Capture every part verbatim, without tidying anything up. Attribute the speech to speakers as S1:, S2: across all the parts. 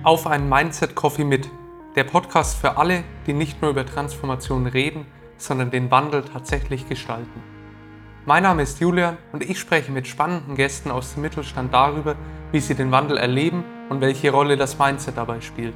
S1: Auf einen Mindset Coffee mit, der Podcast für alle, die nicht nur über Transformation reden, sondern den Wandel tatsächlich gestalten. Mein Name ist Julian und ich spreche mit spannenden Gästen aus dem Mittelstand darüber, wie sie den Wandel erleben und welche Rolle das Mindset dabei spielt.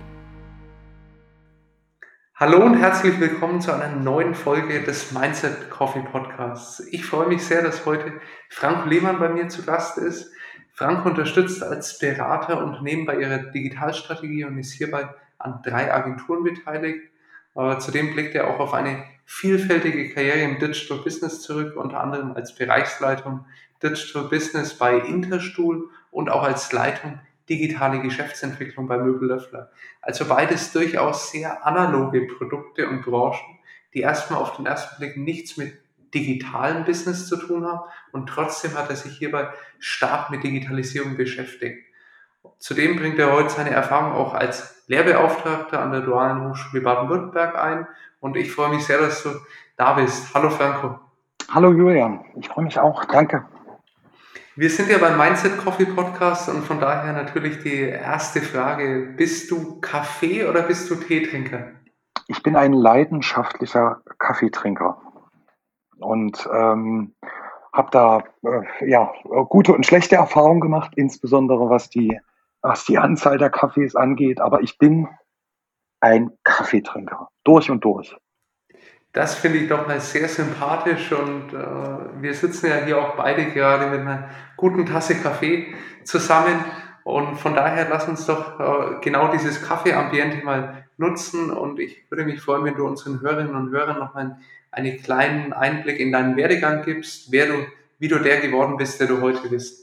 S1: Hallo und herzlich willkommen zu einer neuen Folge des Mindset Coffee Podcasts. Ich freue mich sehr, dass heute Frank Lehmann bei mir zu Gast ist. Frank unterstützt als Berater Unternehmen bei ihrer Digitalstrategie und ist hierbei an drei Agenturen beteiligt. Äh, zudem blickt er auch auf eine vielfältige Karriere im Digital Business zurück, unter anderem als Bereichsleitung Digital Business bei Interstuhl und auch als Leitung digitale Geschäftsentwicklung bei Möbellöffler. Also beides durchaus sehr analoge Produkte und Branchen, die erstmal auf den ersten Blick nichts mit digitalem Business zu tun haben, und trotzdem hat er sich hierbei stark mit Digitalisierung beschäftigt. Zudem bringt er heute seine Erfahrung auch als Lehrbeauftragter an der Dualen Hochschule Baden-Württemberg ein, und ich freue mich sehr, dass du da bist. Hallo Franco.
S2: Hallo Julian, ich freue mich auch, danke.
S1: Wir sind ja beim Mindset Coffee Podcast und von daher natürlich die erste Frage: Bist du Kaffee- oder bist du Teetrinker?
S2: Ich bin ein leidenschaftlicher Kaffeetrinker und ähm, habe da äh, ja, gute und schlechte Erfahrungen gemacht, insbesondere was die, was die Anzahl der Kaffees angeht. Aber ich bin ein Kaffeetrinker, durch und durch.
S1: Das finde ich doch mal sehr sympathisch, und äh, wir sitzen ja hier auch beide gerade mit einer guten Tasse Kaffee zusammen, und von daher lass uns doch äh, genau dieses Kaffeeambiente mal nutzen, und ich würde mich freuen, wenn du unseren Hörerinnen und Hörern noch mal einen kleinen Einblick in deinen Werdegang gibst, wer du, wie du der geworden bist, der du heute bist.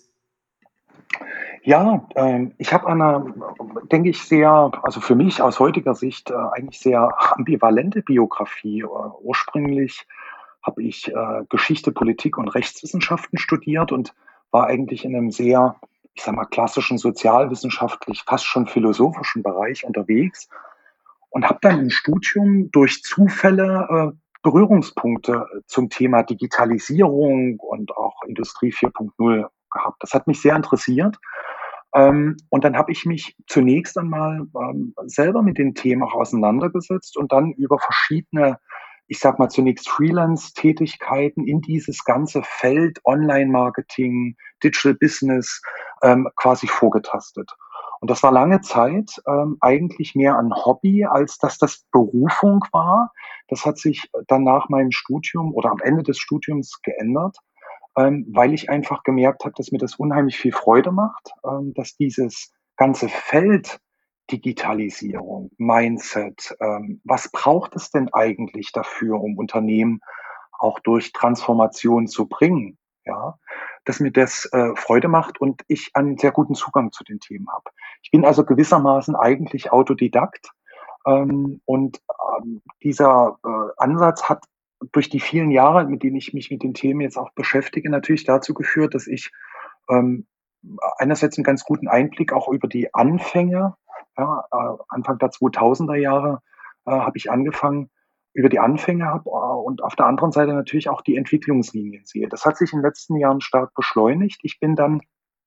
S2: Ja, ähm, ich habe eine, denke ich, sehr, also für mich aus heutiger Sicht äh, eigentlich sehr ambivalente Biografie. Äh, ursprünglich habe ich äh, Geschichte, Politik und Rechtswissenschaften studiert und war eigentlich in einem sehr, ich sag mal, klassischen sozialwissenschaftlich, fast schon philosophischen Bereich unterwegs und habe dann im Studium durch Zufälle äh, Berührungspunkte zum Thema Digitalisierung und auch Industrie vier Punkt null gehabt. Das hat mich sehr interessiert. Ähm, und dann habe ich mich zunächst einmal ähm, selber mit den Themen auch auseinandergesetzt und dann über verschiedene, ich sag mal zunächst Freelance-Tätigkeiten in dieses ganze Feld Online-Marketing, Digital Business ähm, quasi vorgetastet. Und das war lange Zeit ähm, eigentlich mehr ein Hobby, als dass das Berufung war. Das hat sich dann nach meinem Studium oder am Ende des Studiums geändert, ähm, weil ich einfach gemerkt habe, dass mir das unheimlich viel Freude macht, ähm, dass dieses ganze Feld Digitalisierung, Mindset, ähm, was braucht es denn eigentlich dafür, um Unternehmen auch durch Transformation zu bringen, ja, dass mir das äh, Freude macht und ich einen sehr guten Zugang zu den Themen habe. Ich bin also gewissermaßen eigentlich Autodidakt, ähm, und ähm, dieser äh, Ansatz hat durch die vielen Jahre, mit denen ich mich mit den Themen jetzt auch beschäftige, natürlich dazu geführt, dass ich ähm, einerseits einen ganz guten Einblick auch über die Anfänge, ja, äh, Anfang der zweitausender Jahre äh, habe ich angefangen, über die Anfänge habe äh, und auf der anderen Seite natürlich auch die Entwicklungslinien sehe. Das hat sich in den letzten Jahren stark beschleunigt. Ich bin dann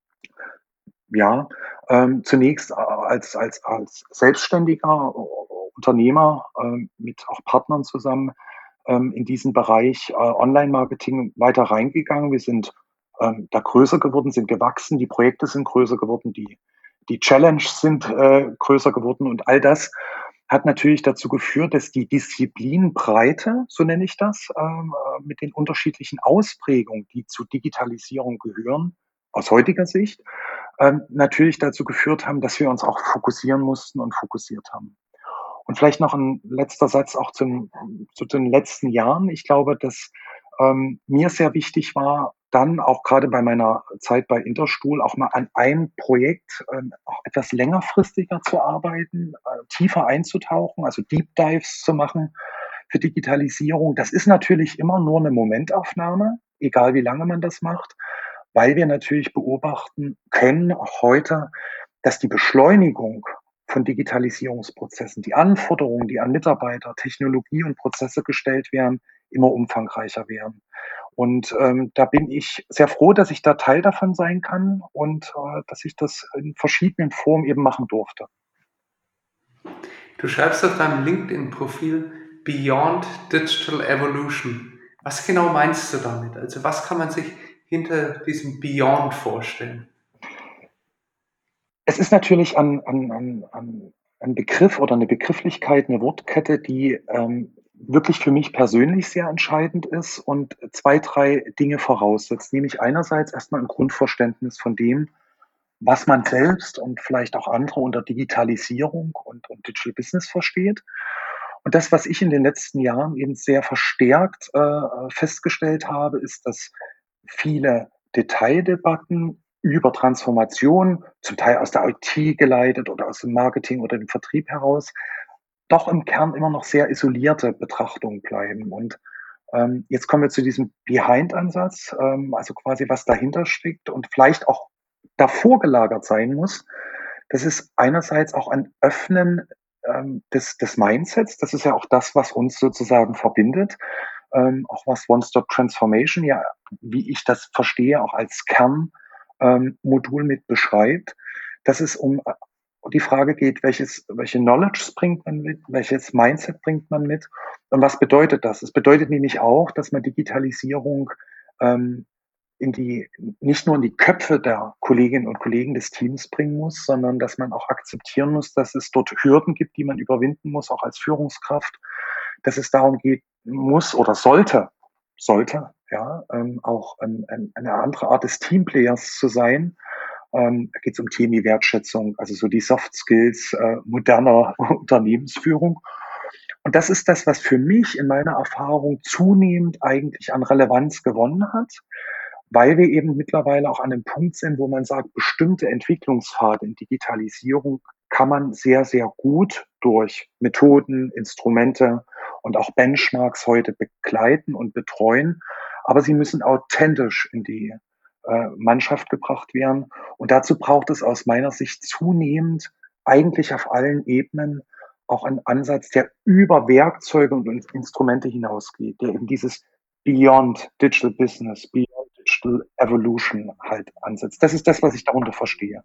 S2: ja ähm, zunächst äh, als, als, als selbstständiger äh, Unternehmer äh, mit auch Partnern zusammen ähm, in diesen Bereich äh, Online-Marketing weiter reingegangen. Wir sind ähm, da größer geworden, sind gewachsen, die Projekte sind größer geworden, die, die Challenge sind äh, größer geworden, und all das hat natürlich dazu geführt, dass die Disziplinbreite, so nenne ich das, ähm, äh, mit den unterschiedlichen Ausprägungen, die zu Digitalisierung gehören, aus heutiger Sicht, ähm, natürlich dazu geführt haben, dass wir uns auch fokussieren mussten und fokussiert haben. Und vielleicht noch ein letzter Satz auch zum, zu den letzten Jahren. Ich glaube, dass ähm, mir sehr wichtig war, dann auch gerade bei meiner Zeit bei Interstuhl auch mal an einem Projekt ähm, auch etwas längerfristiger zu arbeiten, äh, tiefer einzutauchen, also Deep Dives zu machen für Digitalisierung. Das ist natürlich immer nur eine Momentaufnahme, egal wie lange man das macht, weil wir natürlich beobachten können, auch heute, dass die Beschleunigung von Digitalisierungsprozessen, die Anforderungen, die an Mitarbeiter, Technologie und Prozesse gestellt werden, immer umfangreicher werden. Und ähm, da bin ich sehr froh, dass ich da Teil davon sein kann und äh, dass ich das in verschiedenen Formen eben machen durfte.
S1: Du schreibst auf deinem LinkedIn-Profil Beyond Digital Evolution. Was genau meinst du damit? Also was kann man sich hinter diesem Beyond vorstellen?
S2: Es ist natürlich ein, ein, ein, ein, ein Begriff oder eine Begrifflichkeit, eine Wortkette, die ähm, wirklich für mich persönlich sehr entscheidend ist und zwei, drei Dinge voraussetzt. Nämlich einerseits erstmal ein Grundverständnis von dem, was man selbst und vielleicht auch andere unter Digitalisierung und, und Digital Business versteht. Und das, was ich in den letzten Jahren eben sehr verstärkt äh, festgestellt habe, ist, dass viele Detaildebatten über Transformation, zum Teil aus der I T geleitet oder aus dem Marketing oder dem Vertrieb heraus, doch im Kern immer noch sehr isolierte Betrachtungen bleiben. Und ähm, jetzt kommen wir zu diesem Behind-Ansatz, ähm, also quasi was dahinter steckt und vielleicht auch davor gelagert sein muss. Das ist einerseits auch ein Öffnen ähm, des, des Mindsets. Das ist ja auch das, was uns sozusagen verbindet. Ähm, auch was One-Stop-Transformation ja, wie ich das verstehe, auch als Kernmodul ähm, Modul mit beschreibt, dass es um äh, die Frage geht, welches, welche Knowledge bringt man mit, welches Mindset bringt man mit und was bedeutet das? Es bedeutet nämlich auch, dass man Digitalisierung ähm, in die, nicht nur in die Köpfe der Kolleginnen und Kollegen des Teams bringen muss, sondern dass man auch akzeptieren muss, dass es dort Hürden gibt, die man überwinden muss, auch als Führungskraft, dass es darum geht, muss oder sollte, sollte, ja, ähm, auch ein, ein, eine andere Art des Teamplayers zu sein. Ähm, da geht es um Themen wie Wertschätzung, also so die Soft Skills äh, moderner Unternehmensführung. Und das ist das, was für mich in meiner Erfahrung zunehmend eigentlich an Relevanz gewonnen hat, weil wir eben mittlerweile auch an einem Punkt sind, wo man sagt, bestimmte Entwicklungspfade in Digitalisierung kann man sehr, sehr gut durch Methoden, Instrumente und auch Benchmarks heute begleiten und betreuen. Aber sie müssen authentisch in die äh, Mannschaft gebracht werden. Und dazu braucht es aus meiner Sicht zunehmend eigentlich auf allen Ebenen auch einen Ansatz, der über Werkzeuge und Instrumente hinausgeht, der eben dieses Beyond Digital Business, Beyond Digital Evolution halt ansetzt. Das ist das, was ich darunter verstehe.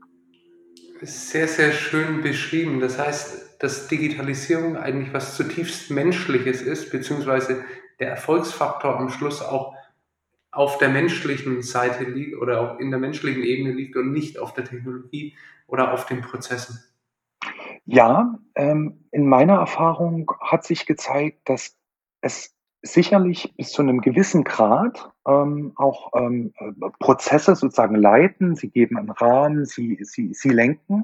S1: Sehr, sehr schön beschrieben. Das heißt, dass Digitalisierung eigentlich was zutiefst Menschliches ist, beziehungsweise der Erfolgsfaktor am Schluss auch auf der menschlichen Seite liegt oder auch in der menschlichen Ebene liegt und nicht auf der Technologie oder auf den Prozessen.
S2: Ja, ähm, in meiner Erfahrung hat sich gezeigt, dass es sicherlich bis zu einem gewissen Grad ähm, auch ähm, äh, Prozesse sozusagen leiten. Sie geben einen Rahmen, sie, sie, sie lenken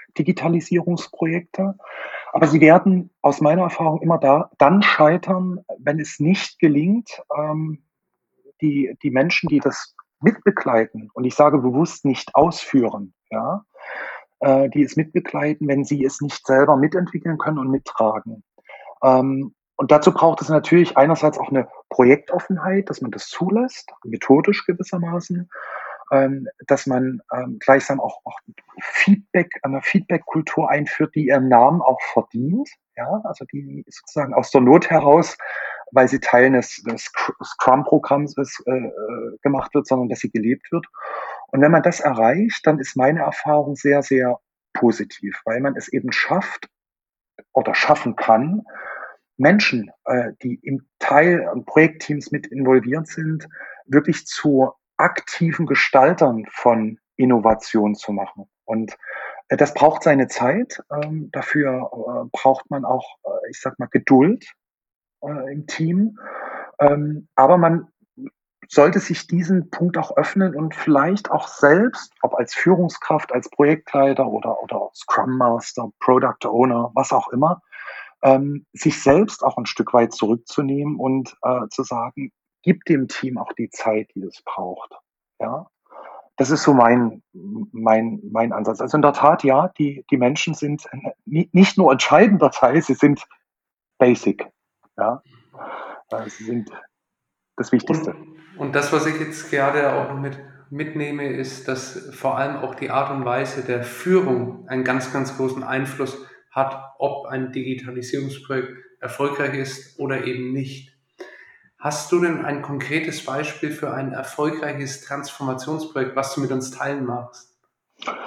S2: Digitalisierungsprojekte. Aber sie werden aus meiner Erfahrung immer da, dann scheitern, wenn es nicht gelingt, ähm, die, die Menschen, die das mitbegleiten, und ich sage bewusst nicht ausführen, ja, äh, die es mitbegleiten, wenn sie es nicht selber mitentwickeln können und mittragen. Ähm, und dazu braucht es natürlich einerseits auch eine Projektoffenheit, dass man das zulässt, methodisch gewissermaßen, ähm, dass man ähm, gleichsam auch, auch Feedback, eine Feedback-Kultur einführt, die ihren Namen auch verdient, ja, also die sozusagen aus der Not heraus, weil sie Teil des, des Scrum-Programms ist, äh, äh, gemacht wird, sondern dass sie gelebt wird. Und wenn man das erreicht, dann ist meine Erfahrung sehr, sehr positiv, weil man es eben schafft oder schaffen kann, Menschen, äh, die im Teil an Projektteams mit involviert sind, wirklich zu aktiven Gestaltern von Innovation zu machen. Und äh, das braucht seine Zeit. Ähm, dafür äh, braucht man auch, äh, ich sag mal, Geduld äh, im Team. Ähm, aber man sollte sich diesen Punkt auch öffnen und vielleicht auch selbst, ob als Führungskraft, als Projektleiter oder, oder Scrum Master, Product Owner, was auch immer, ähm, sich selbst auch ein Stück weit zurückzunehmen und äh, zu sagen, gib dem Team auch die Zeit, die es braucht. Ja, das ist so mein, mein, mein Ansatz. Also in der Tat, ja, die, die Menschen sind nicht nur entscheidender Teil, sie sind basic. Ja, äh, sie sind das Wichtigste.
S1: Und, und das, was ich jetzt gerade auch noch mit, mitnehme, ist, dass vor allem auch die Art und Weise der Führung einen ganz, ganz großen Einfluss hat, ob ein Digitalisierungsprojekt erfolgreich ist oder eben nicht. Hast du denn ein konkretes Beispiel für ein erfolgreiches Transformationsprojekt, was du mit uns teilen magst?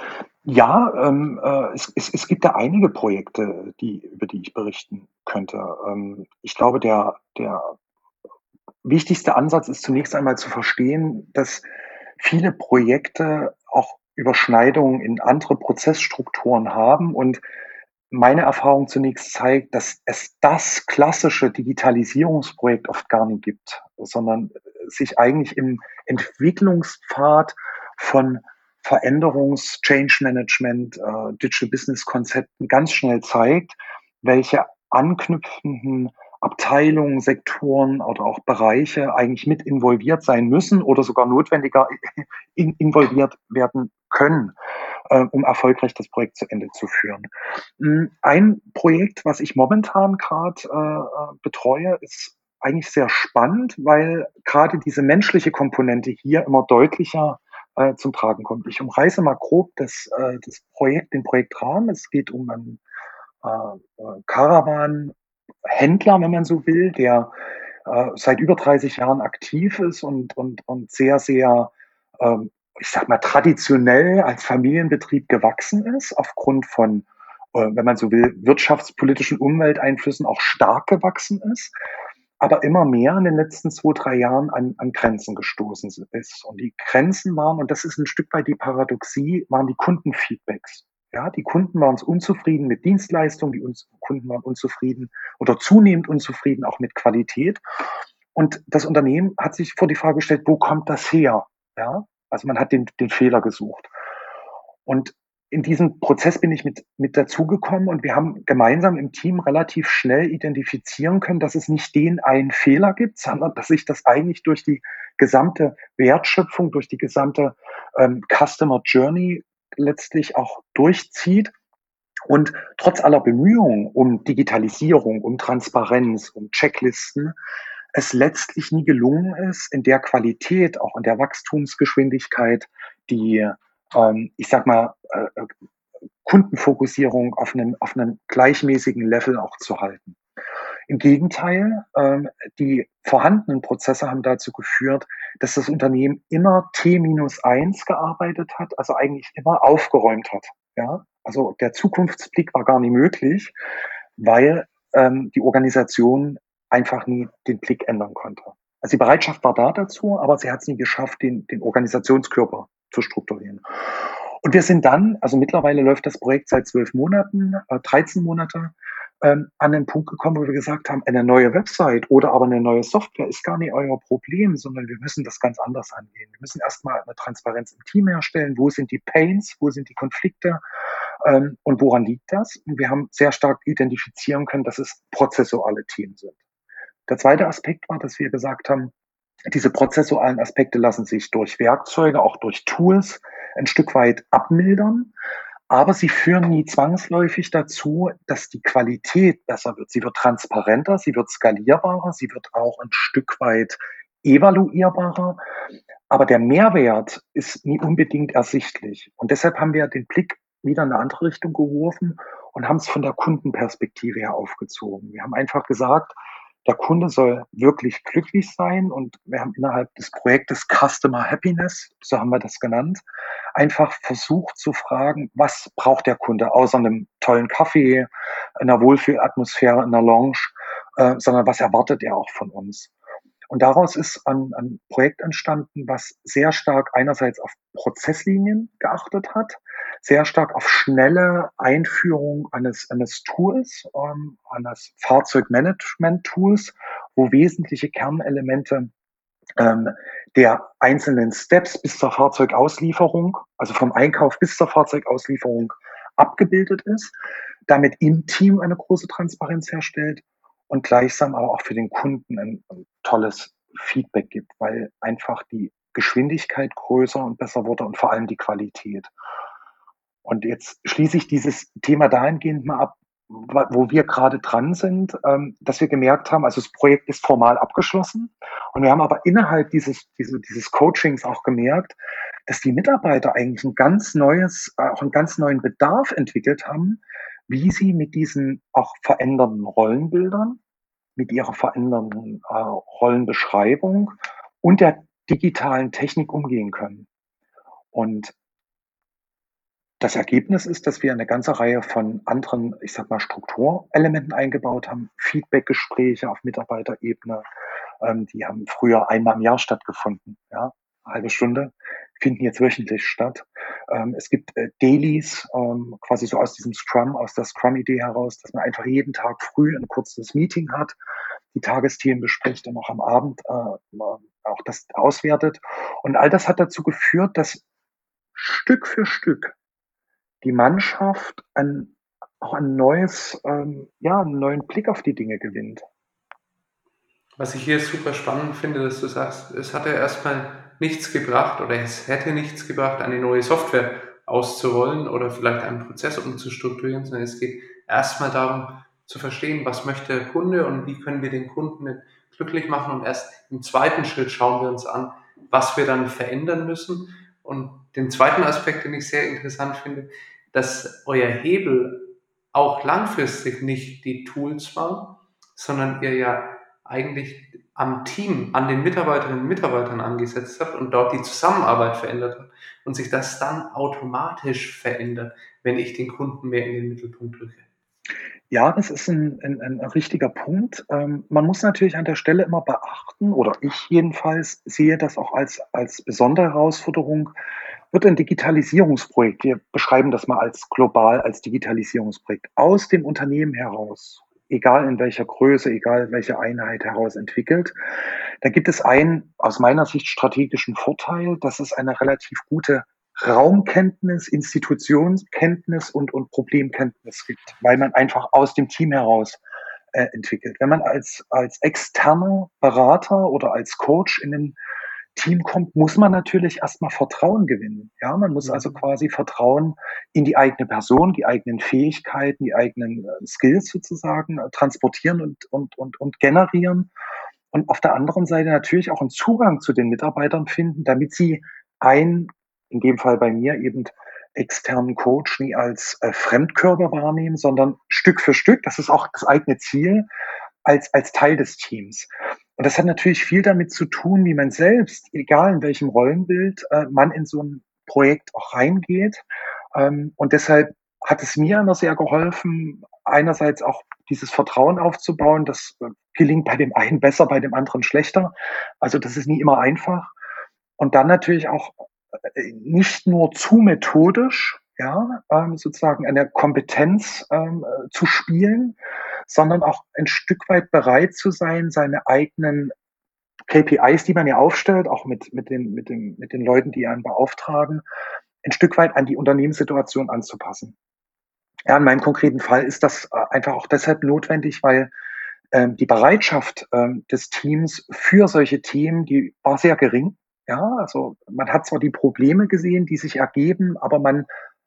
S2: Ja, ähm, äh, es es es gibt da einige Projekte, die über die ich berichten könnte. Ähm, ich glaube, der der wichtigste Ansatz ist zunächst einmal zu verstehen, dass viele Projekte auch Überschneidungen in andere Prozessstrukturen haben und meine Erfahrung zunächst zeigt, dass es das klassische Digitalisierungsprojekt oft gar nie gibt, sondern sich eigentlich im Entwicklungspfad von Veränderungs-, Change Management, äh, Digital Business Konzepten ganz schnell zeigt, welche anknüpfenden Abteilungen, Sektoren oder auch Bereiche eigentlich mit involviert sein müssen oder sogar notwendiger in involviert werden können, äh, um erfolgreich das Projekt zu Ende zu führen. Hm, ein Projekt, was ich momentan grad, äh, äh, betreue, ist eigentlich sehr spannend, weil grade diese menschliche Komponente hier immer deutlicher, äh, zum Tragen kommt. Ich umreiße mal grob das, äh das Projekt den Projektrahmen. Es geht um einen, äh, äh, Caravan-Händler, wenn man so will, der, äh, seit über dreißig Jahren aktiv ist und und und sehr, sehr, ähm, ich sage mal, traditionell als Familienbetrieb gewachsen ist, aufgrund von, äh, wenn man so will, wirtschaftspolitischen Umwelteinflüssen auch stark gewachsen ist, aber immer mehr in den letzten zwei, drei Jahren an an Grenzen gestoßen s ist. Und die Grenzen waren und das ist 'n Stück weit die Paradoxie, waren die Kundenfeedbacks. Ja, die Kunden waren's unzufrieden mit Dienstleistungen, die uns Kunden waren unzufrieden oder zunehmend unzufrieden auch mit Qualität. Und das Unternehmen hat sich vor die Frage gestellt: „Wo kommt das her?“ Ja? Also, man hat den den Fehler gesucht. Und in diesem Prozess bin ich mit mit dazugekommen und wir haben gemeinsam im Team relativ schnell identifizieren können, dass es nicht den einen Fehler gibt, sondern dass sich das eigentlich durch die gesamte Wertschöpfung, durch die gesamte, ähm, Customer Journey letztlich auch durchzieht. Und trotz aller Bemühungen um Digitalisierung, um Transparenz, um Checklisten, es letztlich nie gelungen ist, in der Qualität, auch in der Wachstumsgeschwindigkeit, die, ähm, ich sage mal, äh, äh, Kundenfokussierung auf 'nem auf 'nem gleichmäßigen Level auch zu halten. Im Gegenteil, ähm, die vorhandenen Prozesse haben dazu geführt, dass das Unternehmen immer T minus eins gearbeitet hat, also eigentlich immer aufgeräumt hat, ja? Also, der Zukunftsblick war gar nie möglich, weil, ähm, die Organisation einfach nie den Blick ändern konnte. Also, die Bereitschaft war da dazu, aber sie hat's nie geschafft, den den Organisationskörper zu strukturieren. Und wir sind dann also, mittlerweile läuft das Projekt seit zwölf Monaten, äh, dreizehn Monate, ähm, an den Punkt gekommen, wo wir gesagt haben: „Eine neue Website oder aber 'ne neue Software ist gar nicht euer Problem, sondern wir müssen das ganz anders angehen. Wir müssen erst mal 'ne Transparenz im Team herstellen. Wo sind die Pains? Wo sind die Konflikte? Ähm, und woran liegt das?“ Und wir haben sehr stark identifizieren können, dass es prozessuale Themen sind. Der zweite Aspekt war, dass wir gesagt haben, diese prozessualen Aspekte lassen sich durch Werkzeuge, auch durch Tools 'n Stück weit abmildern, aber sie führen nie zwangsläufig dazu, dass die Qualität besser wird. Sie wird transparenter, sie wird skalierbarer, sie wird auch 'n Stück weit evaluierbarer, aber der Mehrwert ist nie unbedingt ersichtlich. Und deshalb haben wir den Blick wieder in 'ne andere Richtung geworfen und haben's von der Kundenperspektive her aufgezogen. Wir haben einfach gesagt: „Der Kunde soll wirklich glücklich sein“, und wir haben innerhalb des Projektes Customer Happiness, so haben wir das genannt, einfach versucht zu fragen: „Was braucht der Kunde außer 'nem tollen Kaffee, 'ner Wohlfühlatmosphäre in 'ner Lounge, äh, sondern was erwartet er auch von uns?“ Und daraus ist ein ein Projekt entstanden, was sehr stark einerseits auf Prozesslinien geachtet hat, sehr stark auf schnelle Einführung eines eines Tools, ähm, eines Fahrzeugmanagement-Tools, wo wesentliche Kernelemente, ähm, der einzelnen Steps bis zur Fahrzeugauslieferung, also vom Einkauf bis zur Fahrzeugauslieferung abgebildet ist, damit im Team eine große Transparenz herstellt und gleichsam aber auch für den Kunden ein 'n tolles Feedback gibt, weil einfach die Geschwindigkeit größer und besser wurde und vor allem die Qualität. Und jetzt schließe ich dieses Thema dahingehend mal ab, wa wo wir grade dran sind, ähm, dass wir gemerkt haben also, das Projekt ist formal abgeschlossen und wir haben aber innerhalb dieses diese dieses Coachings auch gemerkt, dass die Mitarbeiter eigentlich 'n ganz neues äh, auch 'n ganz neuen Bedarf entwickelt haben, wie sie mit diesen auch verändernden Rollenbildern, mit ihrer verändernden, äh, Rollenbeschreibung und der digitalen Technik umgehen können. Und Das Ergebnis ist, dass wir eine ganze Reihe von anderen, ich sage mal, Strukturelementen eingebaut haben. Feedbackgespräche auf Mitarbeiterebene, ähm, die haben früher einmal im Jahr stattgefunden, ja, eine halbe Stunde, finden jetzt wöchentlich statt. Ähm, es gibt äh, Dailies, ähm, quasi so aus diesem Scrum, aus der Scrum-Idee heraus, dass man einfach jeden Tag früh ein kurzes Meeting hat, die Tagesthemen bespricht und auch am Abend äh, auch das auswertet. Und all das hat dazu geführt, dass Stück für Stück die Mannschaft ein auch ein neues, ähm ja, 'n neuen Blick auf die Dinge gewinnt.
S1: Was ich hier super spannend finde, dass du sagst, es hat ja erstmal nichts gebracht oder es hätte nichts gebracht, eine neue Software auszurollen oder vielleicht einen Prozess umzustrukturieren, sondern es geht erstmal darum zu verstehen, was möchte der Kunde und wie können wir den Kunden denn glücklich machen, und erst im zweiten Schritt schauen wir uns an, was wir dann verändern müssen. Und den zweiten Aspekt, den ich sehr interessant finde, dass euer Hebel auch langfristig nicht die Tools waren, sondern ihr ja eigentlich am Team, an den Mitarbeiterinnen und Mitarbeitern angesetzt habt und dort die Zusammenarbeit verändert habt und sich das dann automatisch verändert, wenn ich den Kunden mehr in den Mittelpunkt rücke.
S2: Ja, das ist ein 'n 'n richtiger Punkt. Ähm, man muss natürlich an der Stelle immer beachten, oder ich jedenfalls sehe das auch als als besondere Herausforderung, wird ein Digitalisierungsprojekt, wir beschreiben das mal als global als Digitalisierungsprojekt, aus dem Unternehmen heraus, egal in welcher Größe, egal welche Einheit, heraus entwickelt, da gibt es einen aus meiner Sicht strategischen Vorteil, dass es eine relativ gute Raumkenntnis, Institutionskenntnis und und Problemkenntnis gibt, weil man einfach aus dem Team heraus äh, entwickelt. Wenn man als als externer Berater oder als Coach in 'nen Team kommt, muss man natürlich erst mal Vertrauen gewinnen. Ja, man muss also
S1: Mhm.
S2: quasi Vertrauen in die eigene Person, die eigenen Fähigkeiten, die eigenen äh, Skills sozusagen äh, transportieren und und und und generieren. Und auf der anderen Seite natürlich auch 'n Zugang zu den Mitarbeitern finden, damit sie einen, in dem Fall bei mir eben externen Coach, nie als äh, Fremdkörper wahrnehmen, sondern Stück für Stück, das ist auch das eigene Ziel, als als Teil des Teams. Und das hat natürlich viel damit zu tun, wie man selbst, egal in welchem Rollenbild, äh, man in so 'n Projekt auch reingeht. Ähm, und deshalb hat es mir immer sehr geholfen, einerseits auch dieses Vertrauen aufzubauen. Das äh, gelingt bei dem einen besser, bei dem anderen schlechter. Also, das ist nie immer einfach. Und dann natürlich auch äh, nicht nur zu methodisch, ja, ähm, sozusagen eine Kompetenz ähm, äh, zu spielen, sondern auch ein Stück weit bereit zu sein, seine eigenen K P Is, die man ja aufstellt, auch mit mit den mit den mit den Leuten, die einen beauftragen, ein Stück weit an die Unternehmenssituation anzupassen. Ja, in meinem konkreten Fall ist das äh, einfach auch deshalb notwendig, weil ähm, die Bereitschaft ähm, des Teams für solche Themen, die war sehr gering. Ja, also man hat zwar die Probleme gesehen, die sich ergeben, aber man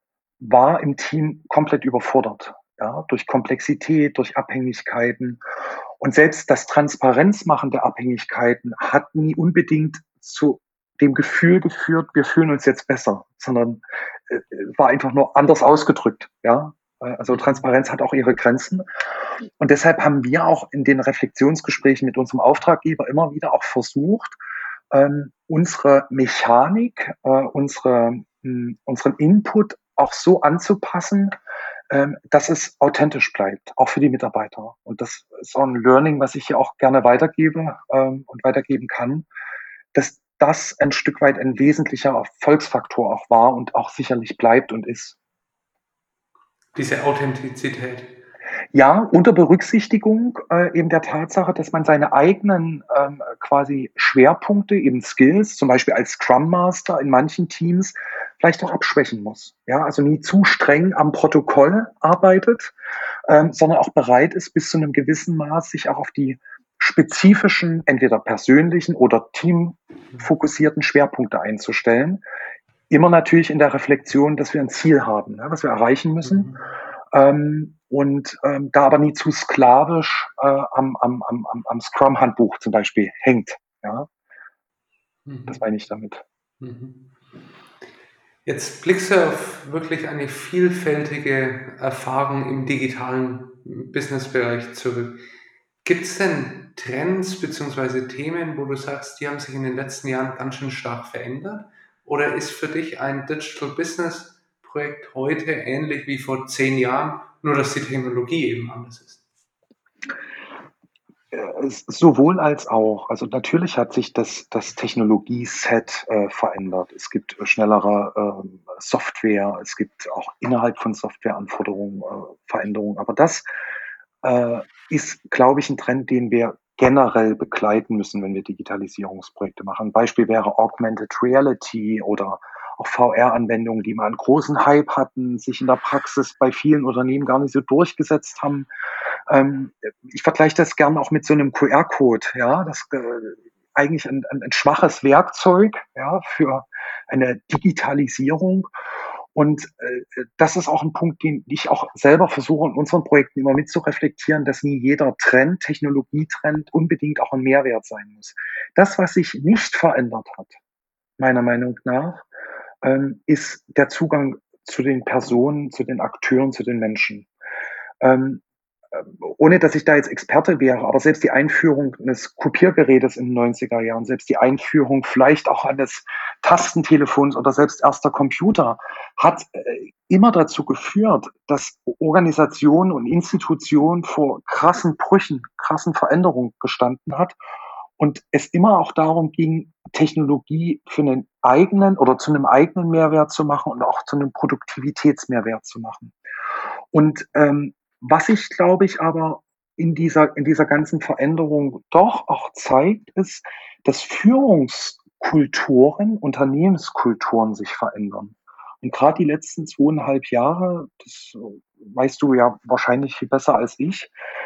S2: war im Team komplett überfordert, ja, durch Komplexität, durch Abhängigkeiten. Und selbst das Transparenzmachen der Abhängigkeiten hat nie unbedingt zu dem Gefühl geführt, wir fühlen uns jetzt besser, sondern äh, war einfach nur anders ausgedrückt, ja. Äh, Also
S1: Mhm.
S2: Transparenz hat auch ihre Grenzen. Und deshalb haben wir auch in den Reflexionsgesprächen mit unserem Auftraggeber immer wieder auch versucht, ähm, unsere Mechanik, äh, unsere, mh, unseren Input auch so anzupassen, ähm, dass es authentisch bleibt, auch für die Mitarbeiter. Und das ist auch ein Learning, was ich hier auch gerne weitergebe ähm, und weitergeben kann, dass das ein Stück weit ein wesentlicher Erfolgsfaktor auch war und auch sicherlich bleibt und ist.
S1: Diese Authentizität.
S2: Ja, unter Berücksichtigung, äh, eben der Tatsache, dass man seine eigenen, ähm, quasi Schwerpunkte, eben Skills, zum Beispiel als Scrum Master in manchen Teams, vielleicht auch abschwächen muss. Ja, also nie zu streng am Protokoll arbeitet, ähm, sondern auch bereit ist, bis zu einem gewissen Maß sich auch auf die spezifischen, entweder persönlichen oder teamfokussierten Schwerpunkte einzustellen. Immer natürlich in der Reflexion, dass wir ein Ziel haben, ne, was wir erreichen müssen.
S1: Mhm.
S2: Ähm, und ähm, da aber nie zu sklavisch äh, am, am, am, am am Scrum-Handbuch zum Beispiel hängt. Ja, das
S1: Mhm.
S2: meine ich damit.
S1: Mhm. Jetzt blickst du auf wirklich eine vielfältige Erfahrung im digitalen Businessbereich zurück. Gibt es denn Trends bzw. Themen, wo du sagst, die haben sich in den letzten Jahren ganz schön stark verändert? Oder ist für dich ein Digital Business Projekt heute ähnlich wie vor zehn Jahren, nur dass die Technologie eben anders ist?
S2: Äh, sowohl als auch. Also natürlich hat sich das, das Technologie-Set äh, verändert. Es gibt äh, schnellere ähm, Software, es gibt auch innerhalb von Softwareanforderungen äh, Veränderungen. Aber das äh, ist, glaube ich, ein Trend, den wir generell begleiten müssen, wenn wir Digitalisierungsprojekte machen. Ein Beispiel wäre Augmented Reality oder auch V R-Anwendungen, die mal einen großen Hype hatten, sich in der Praxis bei vielen Unternehmen gar nicht so durchgesetzt haben. Ähm, ich vergleiche das gerne auch mit so einem Q R-Code, ja, das äh, eigentlich ein, ein, ein schwaches Werkzeug, ja, für eine Digitalisierung. Und äh, das ist auch ein Punkt, den ich auch selber versuche in unseren Projekten immer mit zu reflektieren, dass nie jeder Trend, Technologietrend unbedingt auch ein Mehrwert sein muss. Das, was sich nicht verändert hat, meiner Meinung nach, ähm, ist der Zugang zu den Personen, zu den Akteuren, zu den Menschen. Ähm, ohne dass ich da jetzt Experte wäre, aber selbst die Einführung eines Kopiergerätes in den neunziger Jahren, selbst die Einführung vielleicht auch eines Tastentelefons oder selbst erster Computer hat äh, immer dazu geführt, dass Organisation und Institution vor krassen Brüchen, krassen Veränderungen gestanden hat und es immer auch darum ging, Technologie für einen eigenen oder zu einem eigenen Mehrwert zu machen und auch zu einem Produktivitätsmehrwert zu machen. Und ähm, was sich, glaube ich, aber in dieser, in dieser ganzen Veränderung doch auch zeigt, ist, dass Führungskulturen, Unternehmenskulturen sich verändern. Und gerade die letzten zweieinhalb Jahre, das weißt du ja wahrscheinlich viel besser als ich,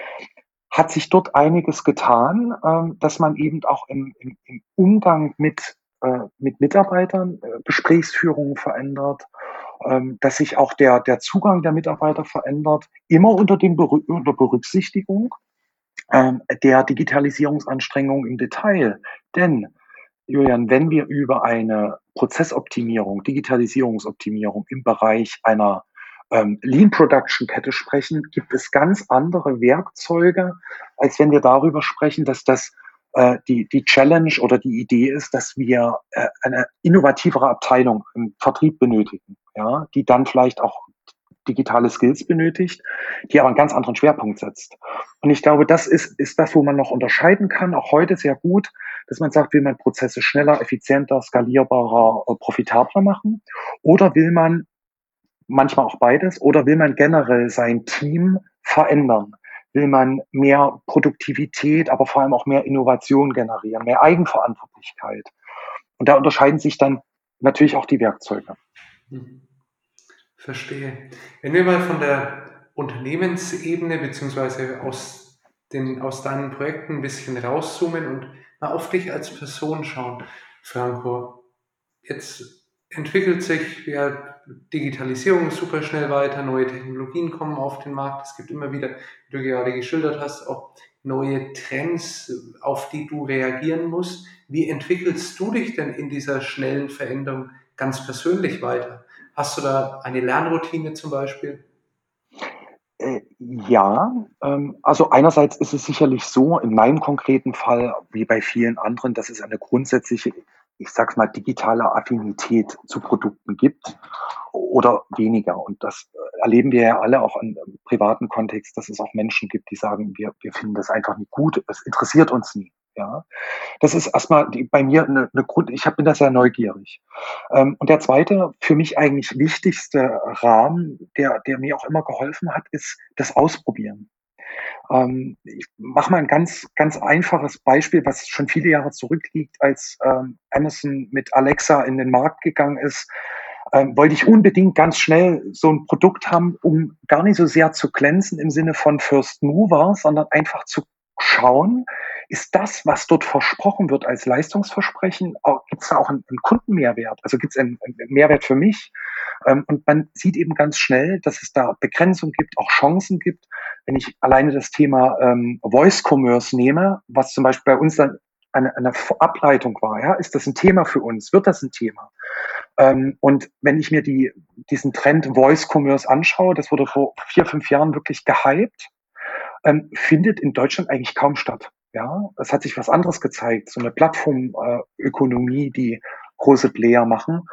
S2: hat sich dort einiges getan, ähm, dass man eben auch im, im, im Umgang mit, äh, mit Mitarbeitern äh, Gesprächsführungen verändert, ähm, dass sich auch der, der Zugang der Mitarbeiter verändert, immer unter, dem Berü unter Berücksichtigung ähm, der Digitalisierungsanstrengungen im Detail. Denn, Julian, wenn wir über eine Prozessoptimierung, Digitalisierungsoptimierung im Bereich einer ähm, Lean Production Kette sprechen, gibt es ganz andere Werkzeuge, als wenn wir darüber sprechen, dass das äh, die, die Challenge oder die Idee ist, dass wir äh, eine innovativere Abteilung im Vertrieb benötigen, ja, die dann vielleicht auch digitale Skills benötigt, die aber einen ganz anderen Schwerpunkt setzt. Und ich glaube, das ist, ist das, wo man noch unterscheiden kann, auch heute sehr gut, dass man sagt, will man Prozesse schneller, effizienter, skalierbarer, äh, profitabler machen? Oder will man manchmal auch beides? Oder will man generell sein Team verändern? Will man mehr Produktivität, aber vor allem auch mehr Innovation generieren, mehr Eigenverantwortlichkeit? Und da unterscheiden sich dann natürlich auch die Werkzeuge.
S1: Hm. Verstehe. Wenn wir mal von der Unternehmensebene beziehungsweise aus, den, aus deinen Projekten ein bisschen rauszoomen und mal auf dich als Person schauen, Franco. Jetzt entwickelt sich ja Digitalisierung super schnell weiter, neue Technologien kommen auf den Markt. Es gibt immer wieder, wie du gerade geschildert hast, auch neue Trends, auf die du reagieren musst. Wie entwickelst du dich denn in dieser schnellen Veränderung ganz persönlich weiter? Hast du da eine Lernroutine zum Beispiel?
S2: Äh, ja, ähm, also einerseits ist es sicherlich so, in meinem konkreten Fall, wie bei vielen anderen, dass es eine grundsätzliche, ich sag's mal, digitale Affinität zu Produkten gibt oder weniger. Und das äh, erleben wir ja alle auch im im privaten Kontext, dass es auch Menschen gibt, die sagen, wir, wir finden das einfach nicht gut, es interessiert uns nie. Ja, das ist erstmal die, bei mir eine, eine Grund, ich hab, bin da sehr neugierig. Ähm, und der zweite, für mich eigentlich wichtigste Rahmen, der, der mir auch immer geholfen hat, ist das Ausprobieren. Ähm, ich mache mal ein ganz, ganz einfaches Beispiel, was schon viele Jahre zurückliegt, als ähm, Amazon mit Alexa in den Markt gegangen ist. Ähm, wollte ich unbedingt ganz schnell so ein Produkt haben, um gar nicht so sehr zu glänzen im Sinne von First Mover, sondern einfach zu schauen, ist das, was dort versprochen wird als Leistungsversprechen, gibt es da auch einen, einen Kundenmehrwert? Also gibt es einen, einen Mehrwert für mich? Ähm, und man sieht eben ganz schnell, dass es da Begrenzung gibt, auch Chancen gibt. Wenn ich alleine das Thema ähm, Voice Commerce nehme, was zum Beispiel bei uns dann eine, eine Ableitung war, ja, ist das ein Thema für uns? Wird das ein Thema? Ähm, und wenn ich mir die, diesen Trend Voice Commerce anschaue, das wurde vor vier, fünf Jahren wirklich gehypt, ähm, findet in Deutschland eigentlich kaum statt. Ja, es hat sich was anderes gezeigt, so eine Plattformökonomie, äh, die große Player machen.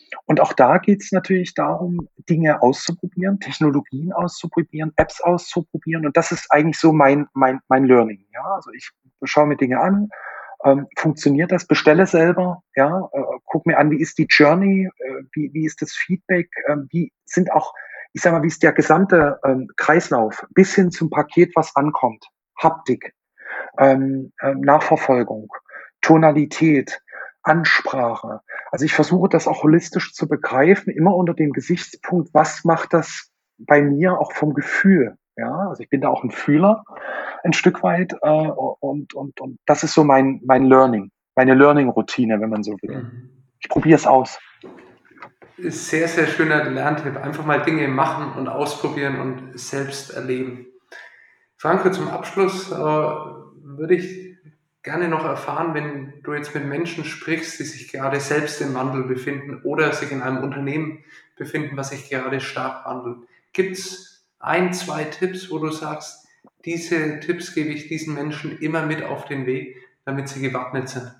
S2: Und auch da geht es natürlich darum, Dinge auszuprobieren, Technologien auszuprobieren, Apps auszuprobieren. Und das ist eigentlich so mein, mein, mein Learning. Ja, also ich schaue mir Dinge an, ähm, funktioniert das, bestelle selber, ja, äh, guck mir an, wie ist die Journey, äh, wie, wie ist das Feedback, äh, wie sind auch, ich sag mal, wie ist der gesamte ähm, Kreislauf bis hin zum Paket, was ankommt, Haptik, ähm, äh, Nachverfolgung, Tonalität, Ansprache. Also ich versuche das auch holistisch zu begreifen, immer unter dem Gesichtspunkt, was macht das bei mir auch vom Gefühl. Ja, also ich bin da auch ein Fühler ein Stück weit äh, und, und, und das ist so mein, mein Learning, meine Learning-Routine, wenn man so will.
S1: Mhm.
S2: Ich probiere es aus.
S1: Ist sehr, sehr schöner Lerntipp. Einfach mal Dinge machen und ausprobieren und selbst erleben. Franco, zum Abschluss äh, würde ich gerne noch erfahren, wenn du jetzt mit Menschen sprichst, die sich gerade selbst im Wandel befinden oder sich in einem Unternehmen befinden, was sich gerade stark wandelt. Gibt es ein, zwei Tipps, wo du sagst, diese Tipps gebe ich diesen Menschen immer mit auf den Weg, damit sie gewappnet sind?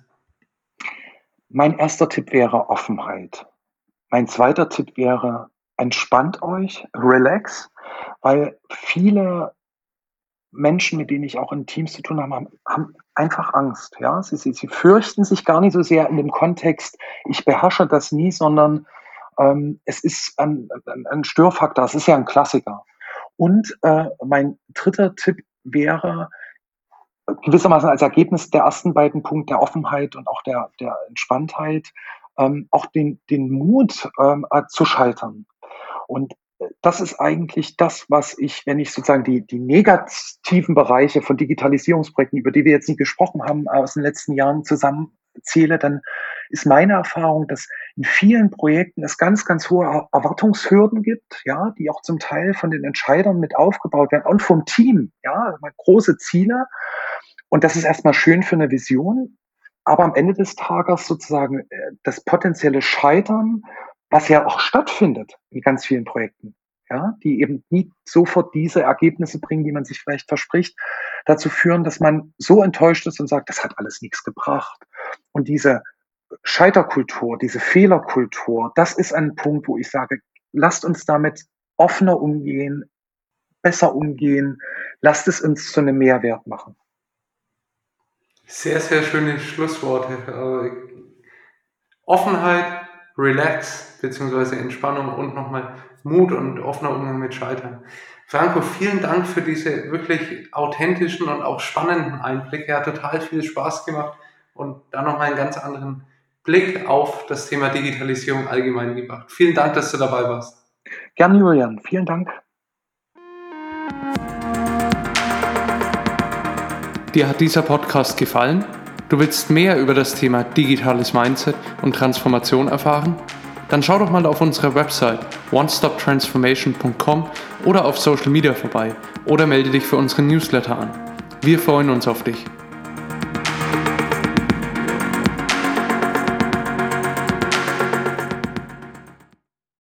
S2: Mein erster Tipp wäre Offenheit. Mein zweiter Tipp wäre, entspannt euch, relax, weil viele Menschen, mit denen ich auch in Teams zu tun habe, haben, haben einfach Angst. Ja? Sie, sie, sie fürchten sich gar nicht so sehr in dem Kontext, ich beherrsche das nie, sondern ähm, es ist ein, ein, ein Störfaktor, es ist ja ein Klassiker. Und äh, mein dritter Tipp wäre, gewissermaßen als Ergebnis der ersten beiden Punkte, der Offenheit und auch der, der Entspanntheit, ähm, auch den, den Mut ähm, äh, zu scheitern. Und das ist eigentlich das, was ich, wenn ich sozusagen die, die negativen Bereiche von Digitalisierungsprojekten, über die wir jetzt nicht gesprochen haben, aus den letzten Jahren zusammenzähle, dann ist meine Erfahrung, dass in vielen Projekten es ganz, ganz hohe Erwartungshürden gibt, ja, die auch zum Teil von den Entscheidern mit aufgebaut werden und vom Team, ja, große Ziele. Und das ist erstmal schön für eine Vision, aber am Ende des Tages sozusagen das potenzielle Scheitern, was ja auch stattfindet in ganz vielen Projekten, ja, die eben nie sofort diese Ergebnisse bringen, die man sich vielleicht verspricht, dazu führen, dass man so enttäuscht ist und sagt, das hat alles nichts gebracht. Und diese Scheiterkultur, diese Fehlerkultur, das ist ein Punkt, wo ich sage, lasst uns damit offener umgehen, besser umgehen, lasst es uns zu einem Mehrwert machen.
S1: Sehr, sehr schöne Schlussworte. Äh, Offenheit, Relax, beziehungsweise Entspannung und nochmal Mut und offener Umgang mit Scheitern. Franco, vielen Dank für diese wirklich authentischen und auch spannenden Einblicke. Hat total viel Spaß gemacht und da nochmal einen ganz anderen Blick auf das Thema Digitalisierung allgemein gebracht. Vielen Dank, dass du dabei warst.
S2: Gerne, Julian. Vielen Dank.
S1: Dir hat dieser Podcast gefallen? Du willst mehr über das Thema digitales Mindset und Transformation erfahren? Dann schau doch mal auf unserer Website one stop transformation punkt com oder auf Social Media vorbei oder melde dich für unseren Newsletter an. Wir freuen uns auf dich.